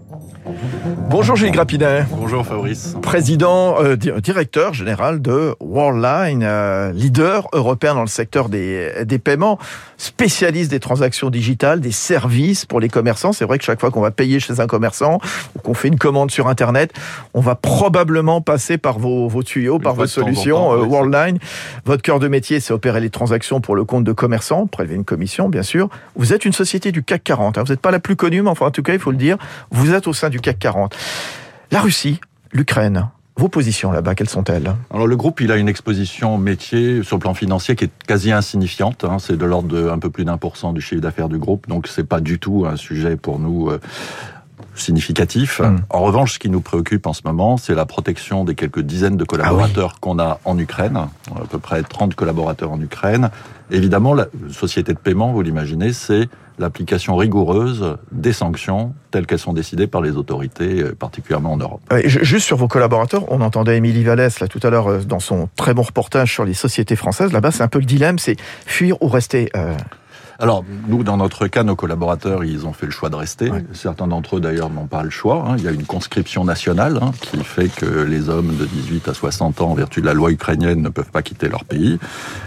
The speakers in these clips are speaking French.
Bonjour Gilles Grappinet. Bonjour Fabrice. Président, directeur général de Worldline, leader européen dans le secteur des paiements, spécialiste des transactions digitales, des services pour les commerçants. C'est vrai que chaque fois qu'on va payer chez un commerçant ou qu'on fait une commande sur Internet, on va probablement passer par vos tuyaux, par vos solutions. Worldline, votre cœur de métier, c'est opérer les transactions pour le compte de commerçants, prélever une commission, bien sûr. Vous êtes une société du CAC 40. Vous n'êtes pas la plus connue, mais enfin, en tout cas, il faut le dire, vous êtes au sein du CAC 40. La Russie, l'Ukraine, vos positions là-bas, quelles sont-elles ? Alors le groupe, il a une exposition métier sur le plan financier qui est quasi insignifiante. C'est de l'ordre de un peu plus d'1% du chiffre d'affaires du groupe, donc c'est pas du tout un sujet pour nous significatif. En revanche, ce qui nous préoccupe en ce moment, c'est la protection des quelques dizaines de collaborateurs qu'on a en Ukraine, à peu près 30 collaborateurs en Ukraine. Évidemment, la société de paiement, vous l'imaginez, c'est l'application rigoureuse des sanctions telles qu'elles sont décidées par les autorités, particulièrement en Europe. Juste sur vos collaborateurs, on entendait Émilie Vallès là tout à l'heure dans son très bon reportage sur les sociétés françaises. Là-bas, c'est un peu le dilemme, c'est fuir ou rester. Alors, nous, dans notre cas, nos collaborateurs, ils ont fait le choix de rester. Ouais. Certains d'entre eux, d'ailleurs, n'ont pas le choix. Il y a une conscription nationale qui fait que les hommes de 18 à 60 ans, en vertu de la loi ukrainienne, ne peuvent pas quitter leur pays.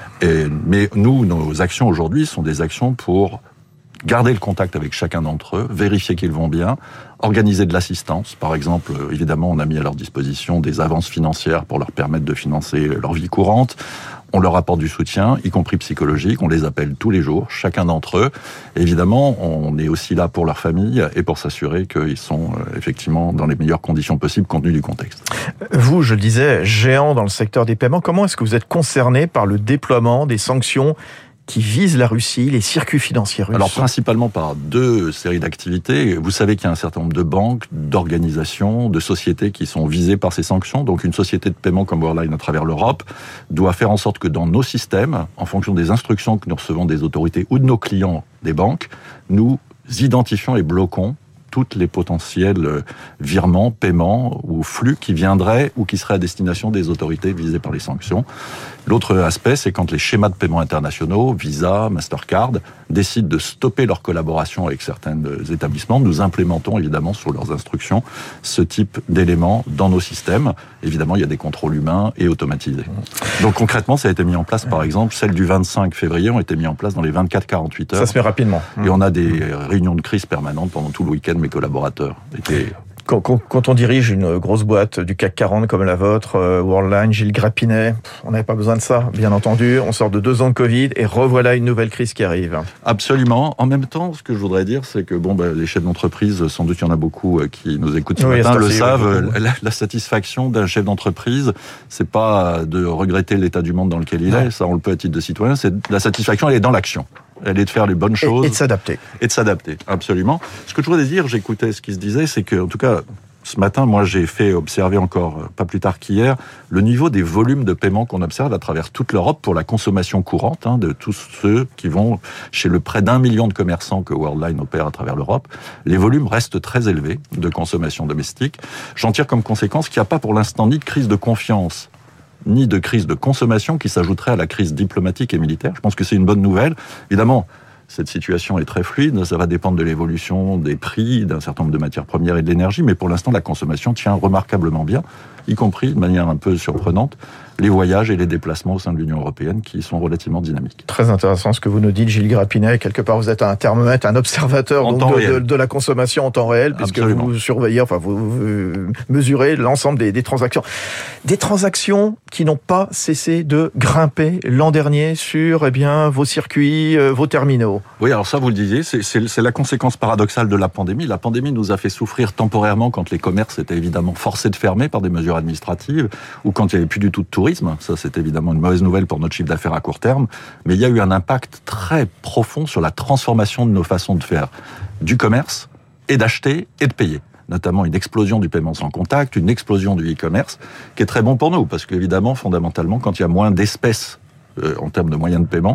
Mais nous, nos actions aujourd'hui sont des actions pour garder le contact avec chacun d'entre eux, vérifier qu'ils vont bien, organiser de l'assistance. Par exemple, évidemment, on a mis à leur disposition des avances financières pour leur permettre de financer leur vie courante. On leur apporte du soutien, y compris psychologique. On les appelle tous les jours, chacun d'entre eux. Et évidemment, on est aussi là pour leur famille et pour s'assurer qu'ils sont effectivement dans les meilleures conditions possibles compte tenu du contexte. Vous, je le disais, géant dans le secteur des paiements, comment est-ce que vous êtes concerné par le déploiement des sanctions qui visent la Russie, les circuits financiers russes? Alors principalement par deux séries d'activités. Vous savez qu'il y a un certain nombre de banques, d'organisations, de sociétés qui sont visées par ces sanctions. Donc une société de paiement comme Worldline à travers l'Europe doit faire en sorte que dans nos systèmes, en fonction des instructions que nous recevons des autorités ou de nos clients des banques, nous identifions et bloquons toutes les potentiels virements, paiements ou flux qui viendraient ou qui seraient à destination des autorités visées par les sanctions. L'autre aspect, c'est quand les schémas de paiement internationaux, Visa, Mastercard, décident de stopper leur collaboration avec certains établissements. Nous implémentons évidemment sur leurs instructions ce type d'éléments dans nos systèmes. Évidemment, il y a des contrôles humains et automatisés. Donc concrètement, ça a été mis en place, par exemple, celles du 25 février ont été mis en place dans les 24-48 heures. Ça se fait rapidement. Et on a des réunions de crise permanentes pendant tout le week-end. Mes collaborateurs étaient... Quand on dirige une grosse boîte du CAC 40 comme la vôtre, Worldline, Gilles Grappinet, on n'avait pas besoin de ça, bien entendu. On sort de 2 ans de Covid et revoilà une nouvelle crise qui arrive. Absolument. En même temps, ce que je voudrais dire, c'est que les chefs d'entreprise, sans doute il y en a beaucoup qui nous écoutent ce matin, le savent, la satisfaction d'un chef d'entreprise, c'est pas de regretter l'état du monde dans lequel il est, ça on le peut à titre de citoyen, la satisfaction, elle est dans l'action. Elle est de faire les bonnes choses. Et de s'adapter. Et de s'adapter, absolument. Ce que je voudrais dire, j'écoutais ce qui se disait, c'est que, en tout cas, ce matin, moi, j'ai fait observer encore, pas plus tard qu'hier, le niveau des volumes de paiement qu'on observe à travers toute l'Europe pour la consommation courante, de tous ceux qui vont chez le près d'1 million de commerçants que Worldline opère à travers l'Europe. Les volumes restent très élevés de consommation domestique. J'en tire comme conséquence qu'il n'y a pas pour l'instant ni de crise de confiance, ni de crise de consommation qui s'ajouterait à la crise diplomatique et militaire. Je pense que c'est une bonne nouvelle. Évidemment, cette situation est très fluide, ça va dépendre de l'évolution des prix, d'un certain nombre de matières premières et de l'énergie, mais pour l'instant, la consommation tient remarquablement bien, y compris, de manière un peu surprenante, les voyages et les déplacements au sein de l'Union européenne qui sont relativement dynamiques. Très intéressant ce que vous nous dites, Gilles Grappinet. Quelque part, vous êtes un thermomètre, un observateur de la consommation en temps réel, puisque Absolument. vous surveillez, vous mesurez l'ensemble des transactions. Des transactions qui n'ont pas cessé de grimper l'an dernier sur vos circuits, vos terminaux. Oui, alors ça, vous le disiez, c'est la conséquence paradoxale de la pandémie. La pandémie nous a fait souffrir temporairement quand les commerces étaient évidemment forcés de fermer par des mesures administratives ou quand il n'y avait plus du tout de tourisme. Ça, c'est évidemment une mauvaise nouvelle pour notre chiffre d'affaires à court terme. Mais il y a eu un impact très profond sur la transformation de nos façons de faire du commerce et d'acheter et de payer. Notamment une explosion du paiement sans contact, une explosion du e-commerce, qui est très bon pour nous. Parce qu'évidemment, fondamentalement, quand il y a moins d'espèces en termes de moyens de paiement,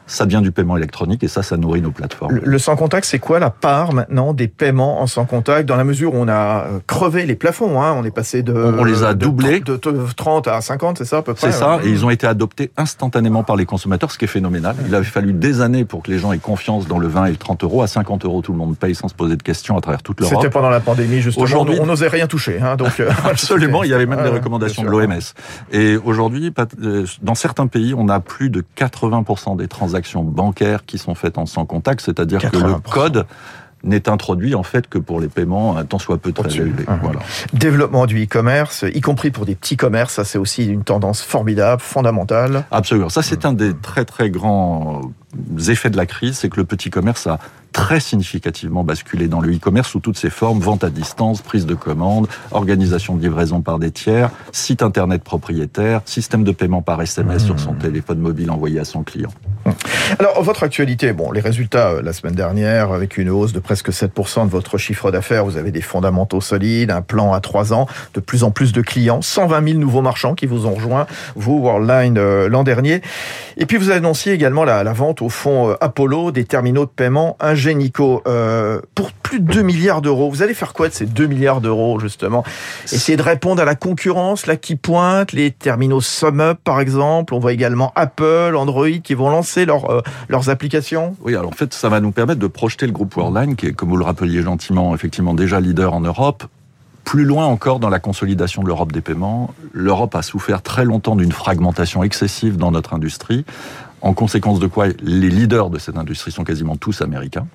ça devient du paiement électronique et ça nourrit nos plateformes. Le sans contact, c'est quoi la part maintenant des paiements en sans contact, dans la mesure où on a crevé les plafonds, hein, on est passé on les a doublés. De 30 à 50, c'est ça à peu près? C'est ça, et ils ont été adoptés instantanément par les consommateurs, ce qui est phénoménal. Il avait fallu des années pour que les gens aient confiance dans le 20 et le 30 euros. À 50 euros, tout le monde paye sans se poser de questions à travers toute l'Europe. C'était pendant la pandémie, justement. Aujourd'hui, on n'osait rien toucher. Hein, donc, absolument, il y avait même des recommandations de l'OMS. Et aujourd'hui, dans certains pays, on a plus de 80% des transactions bancaires qui sont faites en sans contact, c'est-à-dire 80%. Que le code n'est introduit en fait que pour les paiements tant soit peu très élevés. Voilà. Développement du e-commerce, y compris pour des petits commerces, ça c'est aussi une tendance formidable, fondamentale. Absolument. Ça c'est un des très très grands effets de la crise, c'est que le petit commerce a très significativement basculé dans le e-commerce sous toutes ses formes, vente à distance, prise de commande, organisation de livraison par des tiers, site internet propriétaire, système de paiement par SMS sur son téléphone mobile envoyé à son client. Alors, votre actualité, bon, les résultats la semaine dernière, avec une hausse de presque 7% de votre chiffre d'affaires, vous avez des fondamentaux solides, un plan à 3 ans, de plus en plus de clients, 120 000 nouveaux marchands qui vous ont rejoint, vous, Worldline, l'an dernier. Et puis, vous annonciez également la vente au fonds Apollo des terminaux de paiement Ingenico pour plus de 2 milliards d'euros. Vous allez faire quoi de ces 2 milliards d'euros, justement? Essayer de répondre à la concurrence, là, qui pointe, les terminaux SumUp, par exemple. On voit également Apple, Android, qui vont lancer leurs applications. Oui, alors en fait, ça va nous permettre de projeter le groupe Worldline, qui est, comme vous le rappeliez gentiment, effectivement déjà leader en Europe, plus loin encore dans la consolidation de l'Europe des paiements. L'Europe a souffert très longtemps d'une fragmentation excessive dans notre industrie, en conséquence de quoi les leaders de cette industrie sont quasiment tous américains.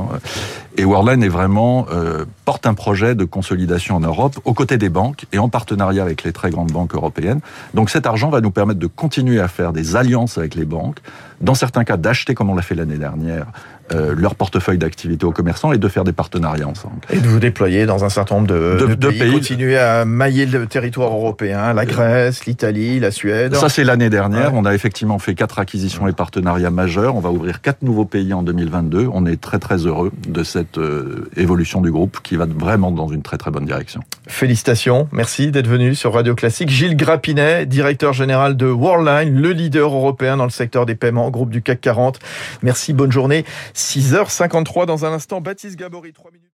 Et Worldline est vraiment porte un projet de consolidation en Europe aux côtés des banques et en partenariat avec les très grandes banques européennes. Donc cet argent va nous permettre de continuer à faire des alliances avec les banques, dans certains cas d'acheter, comme on l'a fait l'année dernière, leur portefeuille d'activités aux commerçants et de faire des partenariats ensemble. Et de vous déployer dans un certain nombre de pays, continuer à mailler le territoire européen, la Grèce, l'Italie, la Suède. Ça, c'est l'année dernière. Ouais. On a effectivement fait 4 acquisitions et partenariats majeurs. On va ouvrir 4 nouveaux pays en 2022. On est très, très heureux de cette évolution du groupe qui va vraiment dans une très, très bonne direction. Félicitations. Merci d'être venu sur Radio Classique. Gilles Grappinet, directeur général de Worldline, le leader européen dans le secteur des paiements, groupe du CAC 40. Merci, bonne journée. 6h53 dans un instant. Baptiste Gabory, 3 minutes.